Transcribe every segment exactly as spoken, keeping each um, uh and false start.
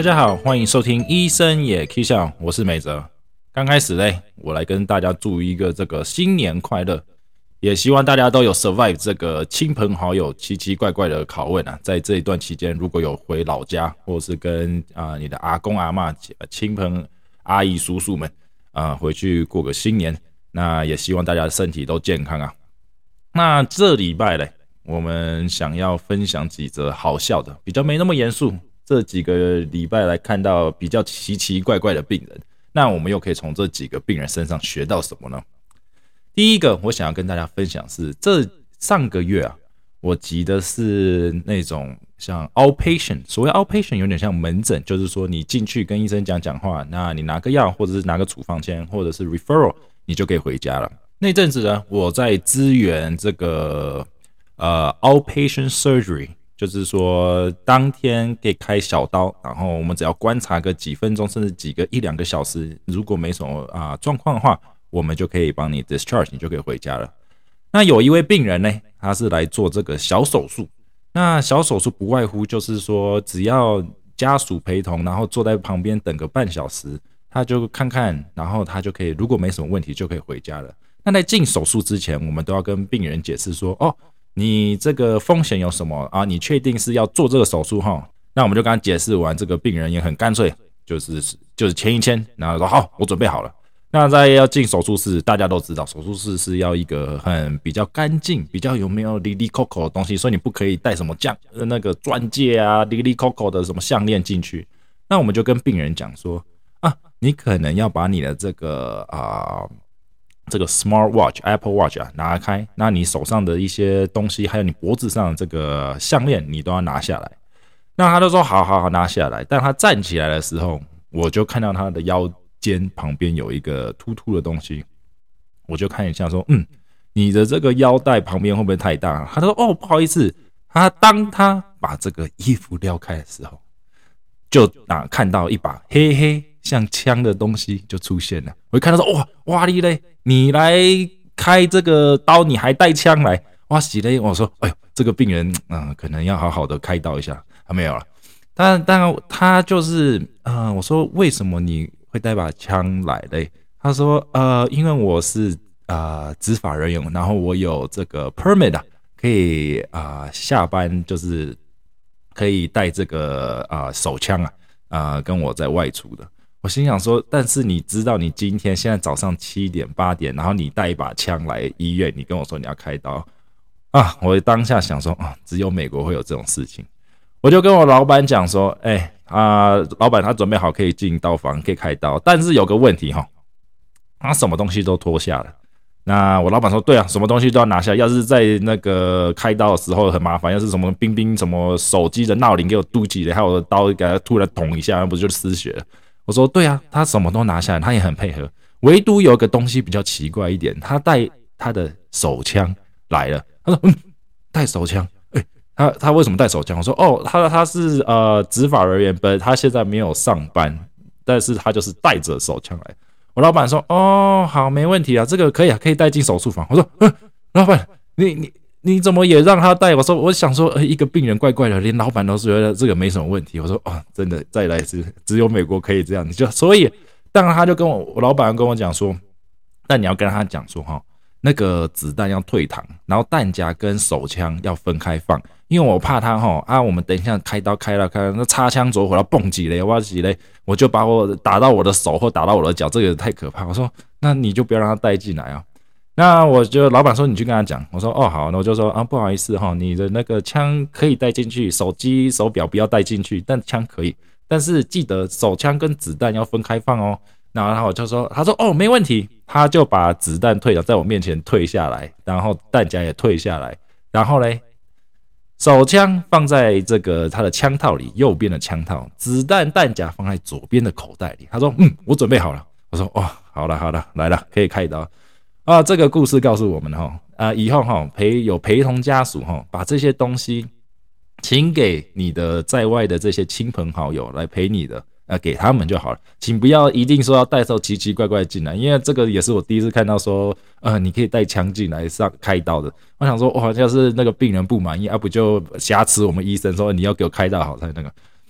大家好，欢迎收听医生也 K 笑，我是美哲。刚开始嘞，我来跟大家祝一个这个新年快乐，也希望大家都有 survive 这个亲朋好友奇奇怪怪的拷问啊。在这一段期间，如果有回老家，或是跟啊、呃、你的阿公阿嬷、亲朋阿姨叔叔们啊、呃、回去过个新年，那也希望大家的身体都健康啊。那这礼拜嘞，我们想要分享几则好笑的，比较没那么严肃。这几个礼拜来看到比较奇奇怪怪的病人，那我们又可以从这几个病人身上学到什么呢？第一个，我想要跟大家分享是，这上个月啊，我急的是那种像 outpatient， 所谓 outpatient 有点像门诊，就是说你进去跟医生讲讲话，那你拿个药或者是拿个处方签或者是 referral， 你就可以回家了。那阵子呢，我在支援这个呃 outpatient surgery。就是说，当天可以开小刀，然后我们只要观察个几分钟，甚至几个一两个小时，如果没什么啊状况的话，我们就可以帮你 discharge， 你就可以回家了。那有一位病人呢，他是来做这个小手术。那小手术不外乎就是说，只要家属陪同，然后坐在旁边等个半小时，他就看看，然后他就可以，如果没什么问题，就可以回家了。那在进手术之前，我们都要跟病人解释说，哦。你这个风险有什么啊？你确定是要做这个手术哈？那我们就跟他解释完，这个病人也很干脆，就是就是签一签，然后说好，我准备好了。那在要进手术室，大家都知道，手术室是要一个很比较干净、比较有没有哩哩扣扣的东西，所以你不可以带什么酱那个钻戒啊、哩哩扣扣的什么项链进去。那我们就跟病人讲说啊，你可能要把你的这个啊。呃这个 Smart Watch、Apple Watch 啊拿开，那你手上的一些东西，还有你脖子上的这个项链，你都要拿下来。那他就说好好好拿下来，但他站起来的时候，我就看到他的腰间旁边有一个突突的东西，我就看一下说，嗯，你的这个腰带旁边会不会太大？他说哦，不好意思。他当他把这个衣服撩开的时候，就啊看到一把黑黑像枪的东西就出现了。我一看到说哇哇哩嘞！你来开这个刀，你还带枪来，哇喜嘞！我说，哎呦，这个病人，嗯、呃，可能要好好的开刀一下。他、啊、没有了，但但他就是，嗯、呃，我说为什么你会带把枪来嘞？他说，呃，因为我是呃执法人员，然后我有这个 permit 啊，可以啊、呃、下班就是可以带这个啊、呃、手枪啊啊、呃、跟我在外出的。我心想说，但是你知道你今天现在早上七点八点，然后你带一把枪来医院，你跟我说你要开刀啊！我当下想说啊，只有美国会有这种事情。我就跟我老板讲说，哎、欸、啊，老板他准备好可以进刀房，可以开刀，但是有个问题哈，他什么东西都脱下了。那我老板说，对啊，什么东西都要拿下，要是在那个开刀的时候很麻烦，要是什么冰冰什么手机的闹铃给我嘟起来，还有我的刀给他突然捅一下，那不就失血了？我说对啊，他什么都拿下来，他也很配合，唯独有一个东西比较奇怪一点，他带他的手枪来了。他说嗯，带手枪，哎、欸，他他为什么带手枪？我说哦，他他是呃执法人员，本他现在没有上班，但是他就是带着手枪来。我老板说哦，好，没问题啊，这个可以啊，可以带进手术房。我说嗯，老板，你你。你怎么也让他带？我说，我想说，呃，一个病人怪怪的，连老板都觉得这个没什么问题。我说，哦，真的，再来一次，只有美国可以这样。就所以，当然他就跟我，我老板跟我讲说，但你要跟他讲说，哈，那个子弹要退膛，然后弹夹跟手枪要分开放，因为我怕他哈啊，我们等一下开刀开了开了，那擦枪走火要蹦几嘞，挖几嘞，我就把我打到我的手或打到我的脚，这个太可怕。我说，那你就不要让他带进来啊。那我就老板说你去跟他讲，我说哦好，那我就说啊不好意思哈，你的那个枪可以带进去，手机手表不要带进去，但枪可以，但是记得手枪跟子弹要分开放哦。然后我就说，他说哦没问题，他就把子弹退了，在我面前退下来，然后弹夹也退下来，然后嘞手枪放在这个他的枪套里，右边的枪套，子弹弹夹放在左边的口袋里。他说嗯我准备好了。我说哦好了好了来了，可以开刀。啊，这个故事告诉我们哈，啊，以后哈陪有陪同家属哈，把这些东西请给你的在外的这些亲朋好友来陪你的，啊，给他们就好了，请不要一定说要带上奇奇怪怪进来，因为这个也是我第一次看到说，呃，你可以带枪进来上开刀的。我想说，哇，要是那个病人不满意啊，不就挟持我们医生说你要给我开刀好才那个。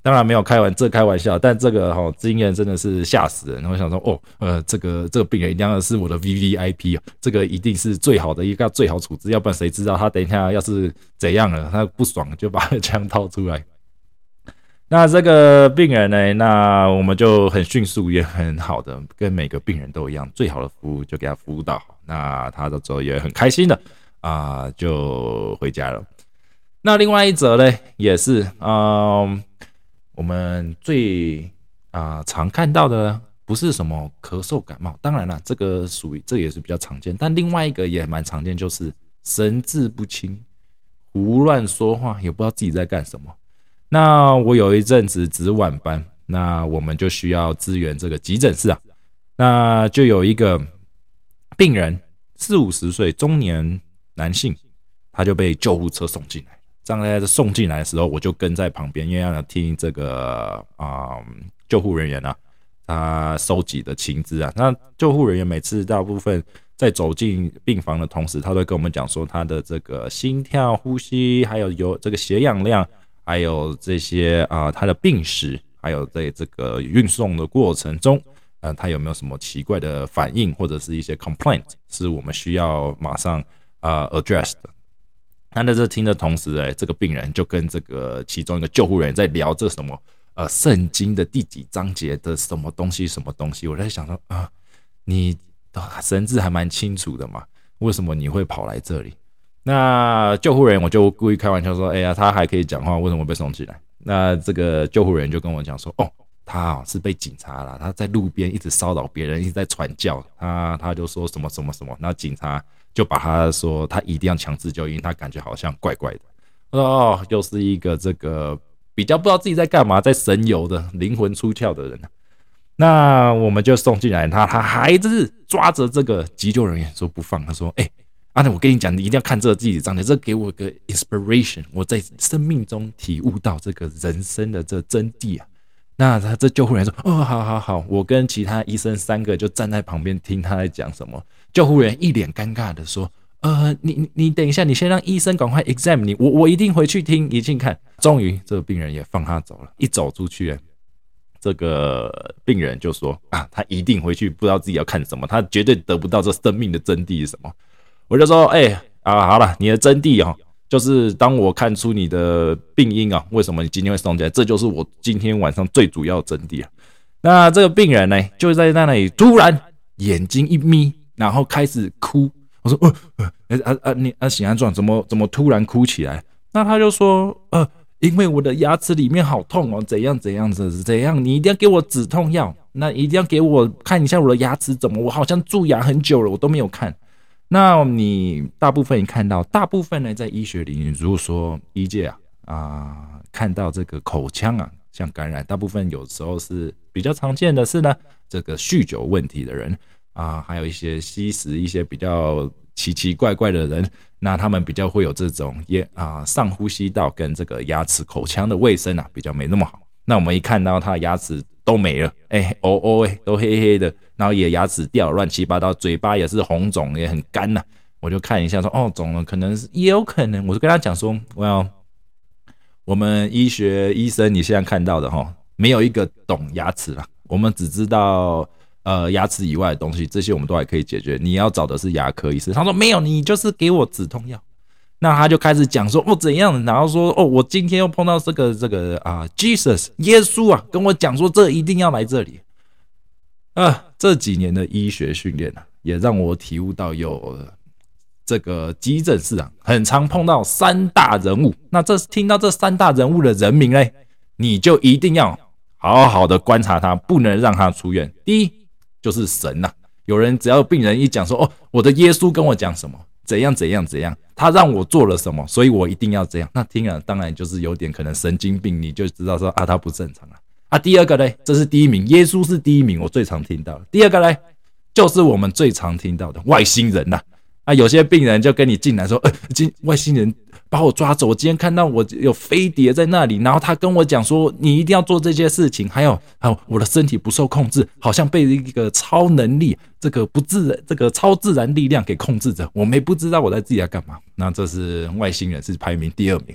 当然没有开玩这开玩笑，但这个哈、哦、经验真的是吓死人。我想说，哦，呃，这个这个病人一定要是我的 V V I P 啊，这个一定是最好的一个最好处置，要不然谁知道他等一下要是怎样了，他不爽就把枪掏出来。那这个病人呢，那我们就很迅速也很好的跟每个病人都一样，最好的服务就给他服务到好。那他的时候也很开心的啊、呃，就回家了。那另外一则呢，也是嗯。呃我们最啊、呃、常看到的不是什么咳嗽感冒，当然啦，这个属于这也是比较常见，但另外一个也蛮常见，就是神志不清、胡乱说话，也不知道自己在干什么。那我有一阵子值晚班，那我们就需要支援这个急诊室啊，那就有一个病人四五十岁中年男性，他就被救护车送进来。这样在送进来的时候，我就跟在旁边，因为要听这个啊、嗯、救护人员啊，他收集的情资啊。那救护人员每次大部分在走进病房的同时，他都会跟我们讲说他的这个心跳、呼吸，还有有这个血氧量，还有这些啊、呃、他的病史，还有在这个运送的过程中，呃，他有没有什么奇怪的反应，或者是一些 complaint 是我们需要马上啊、呃、address 的。那在这听的同时，哎，这个病人就跟这个其中一个救护人在聊这什么呃圣经的第几章节的什么东西什么东西。我在想说啊、呃，你神志还蛮清楚的嘛，为什么你会跑来这里？那救护人员我就故意开玩笑说，哎呀，他还可以讲话，为什么被送进来？那这个救护人员就跟我讲说，哦，他是被警察啦，他在路边一直骚扰别人，一直在传教，他他就说什么什么什么，然后警察就把他说他一定要强制就医，因为他感觉好像怪怪的。我说哦，又是一个这个比较不知道自己在干嘛，在神游的灵魂出窍的人。那我们就送进来，他他还是抓着这个急救人员说不放，他说：“哎、欸，阿、啊、我跟你讲，你一定要看这个自己的章节，这给我个 inspiration， 我在生命中体悟到这个人生的这真谛啊。”那他这救护人员说：“哦，好好好。”我跟其他医生三个就站在旁边听他在讲什么。救护员一脸尴尬的说：“呃，你你等一下，你先让医生赶快 exam 你，我我一定回去听，一定看。”终于，这个病人也放他走了。一走出去，这个病人就说：“啊，他一定回去，不知道自己要看什么，他绝对得不到这生命的真谛是什么。”我就说：“哎、欸、啊，好了，你的真谛哦。”就是当我看出你的病因啊，为什么你今天会送进来？这就是我今天晚上最主要的真谛啊。那这个病人呢，就在那里突然眼睛一眯，然后开始哭。我说：“呃呃啊啊你啊，醒安状怎么怎么突然哭起来？”那他就说：“呃，因为我的牙齿里面好痛哦，怎样怎样子怎样，你一定要给我止痛药，那一定要给我看一下我的牙齿怎么，我好像蛀牙很久了，我都没有看。”那你大部分你看到，大部分呢在医学领域，如果说医界啊啊、呃、看到这个口腔啊像感染，大部分有时候是比较常见的是呢，这个酗酒问题的人啊、呃，还有一些吸食一些比较奇奇怪怪的人，那他们比较会有这种也啊、呃、上呼吸道跟这个牙齿口腔的卫生啊比较没那么好。那我们一看到他的牙齿都没了，哎、欸，哦哦，哎，都黑黑的，然后也牙齿掉乱七八糟，嘴巴也是红肿，也很干呐、啊。我就看一下说，哦，肿了，可能是也有可能。我就跟他讲说，我要我们医学医生，你现在看到的哈，没有一个懂牙齿啦，我们只知道呃牙齿以外的东西，这些我们都还可以解决。你要找的是牙科医生，他说没有，你就是给我止痛药。那他就开始讲说哦怎样，然后说哦我今天又碰到这个这个啊 Jesus 耶稣啊跟我讲说这一定要来这里啊。这几年的医学训练啊，也让我体悟到有这个急诊室啊很常碰到三大人物。那这听到这三大人物的人名嘞，你就一定要好好的观察他，不能让他出院。第一就是神呐、啊，有人只要病人一讲说哦我的耶稣跟我讲什么。怎样怎样怎样，他让我做了什么，所以我一定要这样。那听了当然就是有点可能神经病，你就知道说啊他不正常啊。啊，第二个呢，这是第一名，耶稣是第一名，我最常听到的。第二个呢，就是我们最常听到的外星人呐、啊。啊，有些病人就跟你进来说，呃，今外星人把我抓走，我今天看到我有飞碟在那里，然后他跟我讲说，你一定要做这些事情，还有还有我的身体不受控制，好像被一个超能力，这个不自然，这个超自然力量给控制着，我没不知道我在自己在干嘛。那这是外星人是排名第二名啊。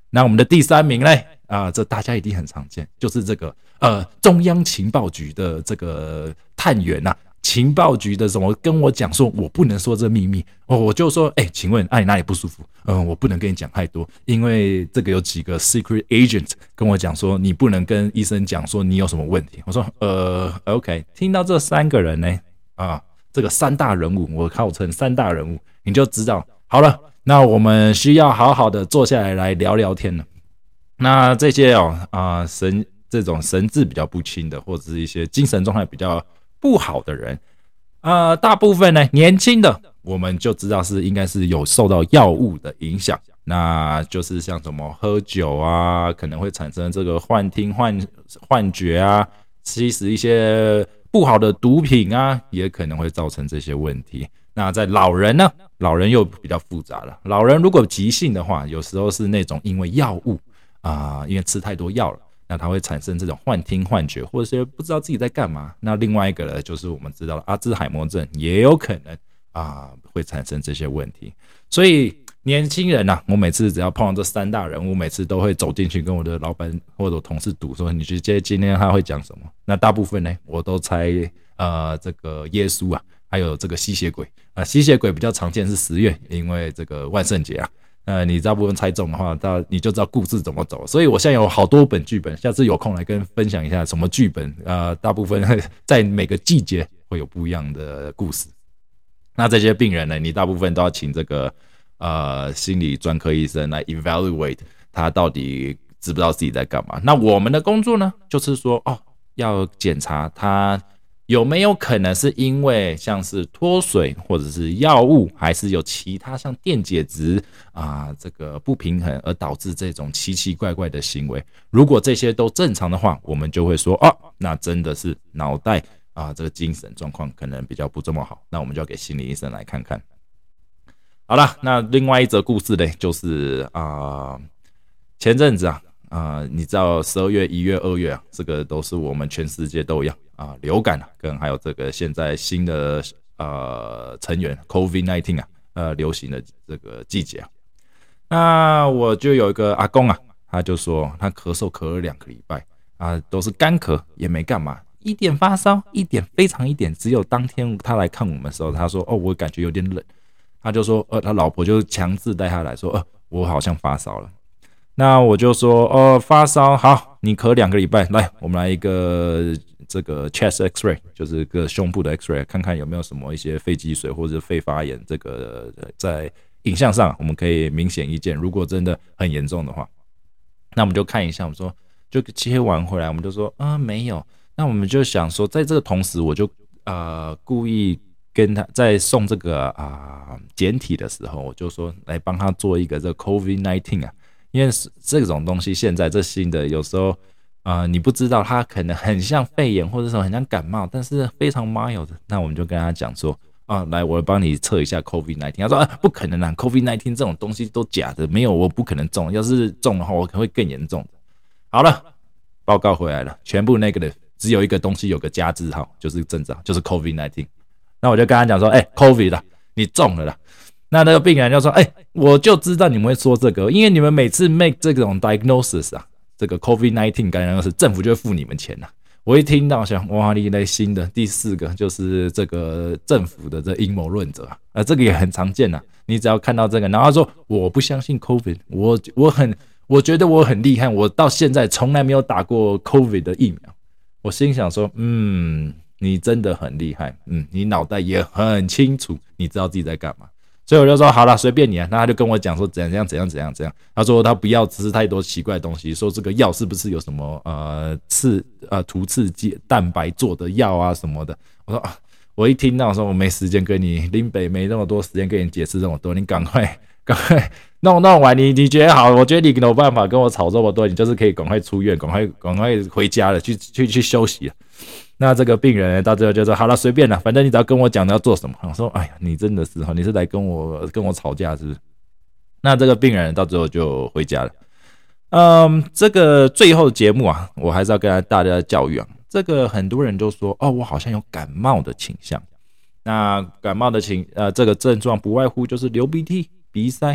那我们的第三名嘞啊，这大家一定很常见，就是这个呃中央情报局的这个探员呐、啊。情报局的什么跟我讲说，我不能说这秘密哦，我就说，哎、欸，请问，啊，你哪里不舒服？嗯、呃，我不能跟你讲太多，因为这个有几个 secret agent 跟我讲说，你不能跟医生讲说你有什么问题。我说，呃 ，OK， 听到这三个人呢，啊，这个三大人物，我号称三大人物，你就知道，好了，那我们需要好好的坐下来来聊聊天了。那这些哦，啊、呃，神这种神志比较不清的，或者是一些精神状态比较不好的人，呃，大部分呢年轻的，我们就知道是应该是有受到药物的影响，那就是像什么喝酒啊，可能会产生这个幻听、幻幻觉啊，吸食一些不好的毒品啊，也可能会造成这些问题。那在老人呢，老人又比较复杂了。老人如果急性的话，有时候是那种因为药物啊、呃，因为吃太多药了。那它会产生这种幻听幻觉，或者是不知道自己在干嘛。那另外一个呢，就是我们知道的阿兹海默症也有可能啊、呃、会产生这些问题。所以年轻人啊，我每次只要碰到这三大人物，每次都会走进去跟我的老板或者同事赌说，你觉得今天他会讲什么？那大部分呢，我都猜呃这个耶稣啊，还有这个吸血鬼啊、呃，吸血鬼比较常见是十月，因为这个万圣节啊。呃，你大部分猜中的话，到你就知道故事怎么走。所以我现在有好多本剧本，下次有空来跟分享一下什么剧本。呃，大部分在每个季节会有不一样的故事。那这些病人呢，你大部分都要请这个呃心理专科医生来 evaluate 他到底知不知道自己在干嘛。那我们的工作呢，就是说哦，要检查他有没有可能是因为像是脱水或者是药物，还是有其他像电解质啊、呃、这个不平衡而导致这种奇奇怪怪的行为。如果这些都正常的话，我们就会说哦，那真的是脑袋啊、呃、这个精神状况可能比较不这么好，那我们就要给心理医生来看看。好了，那另外一则故事呢，就是啊、呃、前阵子啊啊、呃，你知道十二月、一月、二月啊，这个都是我们全世界都一样啊，流感啊，跟还有这个现在新的呃成员 COVID 十九 啊，呃流行的这个季节啊。那我就有一个阿公啊，他就说他咳嗽咳了两个礼拜啊，都是干咳，也没干嘛，一点发烧，一点非常一点，只有当天他来看我们的时候，他说哦，我感觉有点冷，他就说呃，他老婆就强制带他来说，呃，我好像发烧了。那我就说，哦，发烧好，你咳两个礼拜，来，我们来一个这个 chest X-ray， 就是个胸部的 X-ray， 看看有没有什么一些肺积水或者肺发炎，这个在影像上我们可以明显一见。如果真的很严重的话，那我们就看一下，我们说就切完回来，我们就说啊、呃、没有。那我们就想说，在这个同时，我就呃故意跟他在送这个啊、呃、简体的时候，我就说来帮他做一个这个 COVID 十九 啊。因为这种东西现在这新的有时候啊、呃，你不知道它可能很像肺炎或者说很像感冒，但是非常 mild 的。那我们就跟他讲说啊，来，我帮你测一下 COVID 十九。他说啊，不可能啊 ，COVID 十九 这种东西都假的，没有，我不可能中。要是中的话，我可能会更严重。好了，报告回来了，全部 negative， 只有一个东西有个加字号，就是正常，就是 COVID 十九。那我就跟他讲说，哎、欸、，COVID 啦，你中了啦。那那个病人就说：“哎、欸，我就知道你们会说这个，因为你们每次 make 这种 diagnosis 啊，这个 COVID 十九 感染是政府就会付你们钱呐、啊。”我一听到想，哇，你类新的第四个就是这个政府的这阴谋论者啊，呃，这个也很常见呐、啊。你只要看到这个，然后他说我不相信 COVID， 我我很我觉得我很厉害，我到现在从来没有打过 COVID 的疫苗。我心想说，嗯，你真的很厉害，嗯，你脑袋也很清楚，你知道自己在干嘛。所以我就说好了，随便你啊。那他就跟我讲说怎样怎样怎样怎样。他说他不要吃太多奇怪的东西，说这个药是不是有什么呃刺呃涂刺剂蛋白做的药啊什么的。我说啊，我一听到说我没时间跟你林北没那么多时间跟你解释这么多，你赶快赶快弄弄完，你你觉得好？我觉得你有办法跟我吵这么多，你就是可以赶快出院，赶快赶快回家了，去去去休息了。那这个病人到最后就说好了，随便了，反正你只要跟我讲你要做什么。我说哎呀，你真的是你是来跟我跟我吵架是不是？那这个病人到最后就回家了。嗯，这个最后节目啊，我还是要跟大家教育啊。这个很多人都说哦，我好像有感冒的倾向。那感冒的情呃这个症状不外乎就是流鼻涕、鼻塞、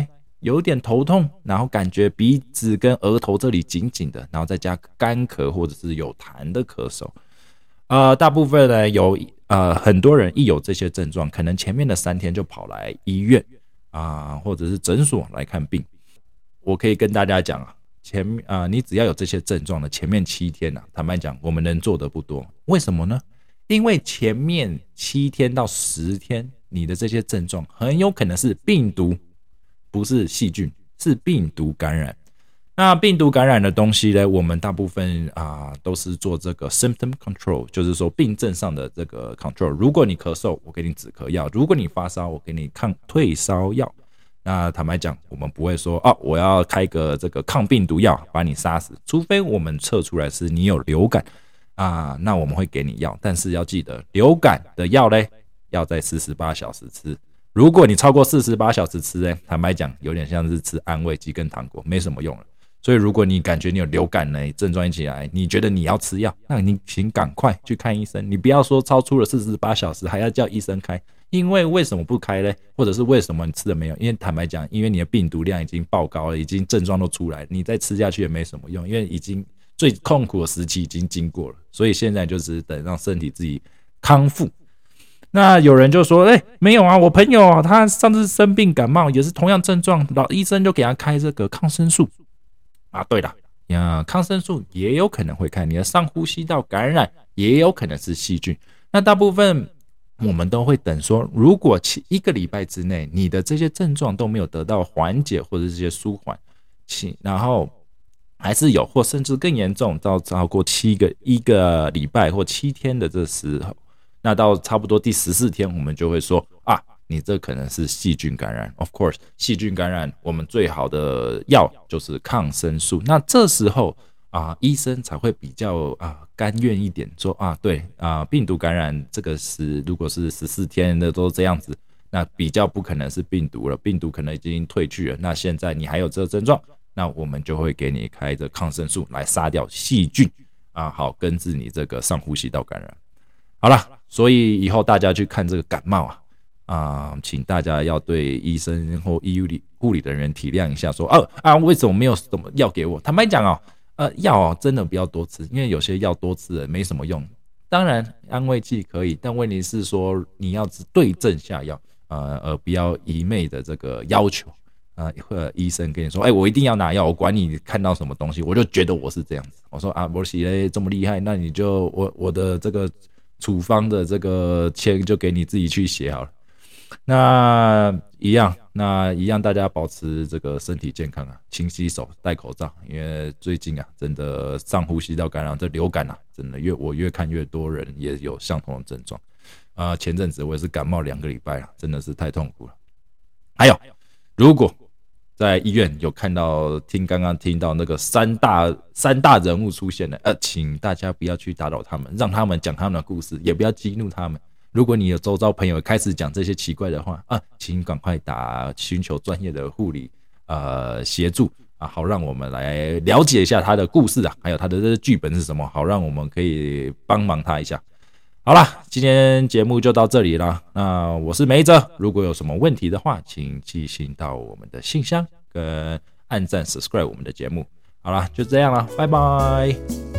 有点头痛，然后感觉鼻子跟额头这里紧紧的，然后再加干咳或者是有痰的咳嗽。呃，大部分呢有呃很多人一有这些症状，可能前面的三天就跑来医院啊、呃，或者是诊所来看病。我可以跟大家讲啊，前啊、呃、你只要有这些症状的前面七天啊，坦白讲我们能做的不多。为什么呢？因为前面七天到十天，你的这些症状很有可能是病毒，不是细菌，是病毒感染。那病毒感染的东西呢，我们大部分啊、呃、都是做这个 symptom control， 就是说病症上的这个 control。如果你咳嗽，我给你止咳药；如果你发烧，我给你抗退烧药。那坦白讲，我们不会说哦，我要开个这个抗病毒药把你杀死，除非我们测出来是你有流感啊，那我们会给你药。但是要记得，流感的药呢，要在四十八小时吃。如果你超过四十八小时吃呢，坦白讲，有点像是吃安慰剂跟糖果，没什么用了。所以如果你感觉你有流感呢，症状一起来，你觉得你要吃药，那你请赶快去看医生。你不要说超出了四十八小时还要叫医生开，因为为什么不开呢？或者是为什么你吃的没有？因为坦白讲，因为你的病毒量已经爆高了，已经症状都出来了，你再吃下去也没什么用，因为已经最痛苦的时期已经经过了。所以现在就是等让身体自己康复。那有人就说，哎、欸，没有啊，我朋友啊，他上次生病感冒也是同样症状，老医生就给他开这个抗生素。啊，对了，呀，抗生素也有可能会看你的上呼吸道感染，也有可能是细菌。那大部分我们都会等说，如果一个礼拜之内你的这些症状都没有得到缓解或者这些舒缓，然后还是有，或甚至更严重到超过七个一个礼拜或七天的这时候，那到差不多第十四天，我们就会说啊。你这可能是细菌感染 ，of course， 细菌感染我们最好的药就是抗生素。那这时候啊、呃，医生才会比较啊、呃、甘愿一点说啊，对啊、呃，病毒感染这个是如果是十四天的都这样子，那比较不可能是病毒了，病毒可能已经退去了。那现在你还有这个症状，那我们就会给你开这抗生素来杀掉细菌啊，好根治你这个上呼吸道感染。好了，所以以后大家去看这个感冒啊。啊、呃，请大家要对医生或医护理护理的人体谅一下说，说、啊、哦啊，为什么没有什么药给我？坦白讲哦，呃，药哦真的不要多吃，因为有些药多吃了没什么用。当然安慰剂可以，但问题是说你要对症下药，呃，而不要一昧的这个要求啊，或、呃、医生跟你说，哎、欸，我一定要拿药，我管你看到什么东西，我就觉得我是这样子。我说啊，我写嘞这么厉害，那你就我我的这个处方的这个签就给你自己去写好了。那一样，那一样，大家保持这个身体健康啊，勤洗手，戴口罩。因为最近啊，真的上呼吸道感染，这流感啊，真的越我越看越多人也有相同的症状。啊、呃，前阵子我也是感冒两个礼拜啊，真的是太痛苦了。还有，如果在医院有看到听刚刚听到那个三大三大人物出现了，呃，请大家不要去打扰他们，让他们讲他们的故事，也不要激怒他们。如果你有周遭朋友开始讲这些奇怪的话啊，请赶快打寻求专业的护理呃协助啊，好让我们来了解一下他的故事啊，还有他的这个剧本是什么，好让我们可以帮忙他一下。好啦，今天节目就到这里啦。那我是梅哲，如果有什么问题的话，请寄信到我们的信箱，跟按赞 subscribe 我们的节目。好啦，就这样啦，拜拜。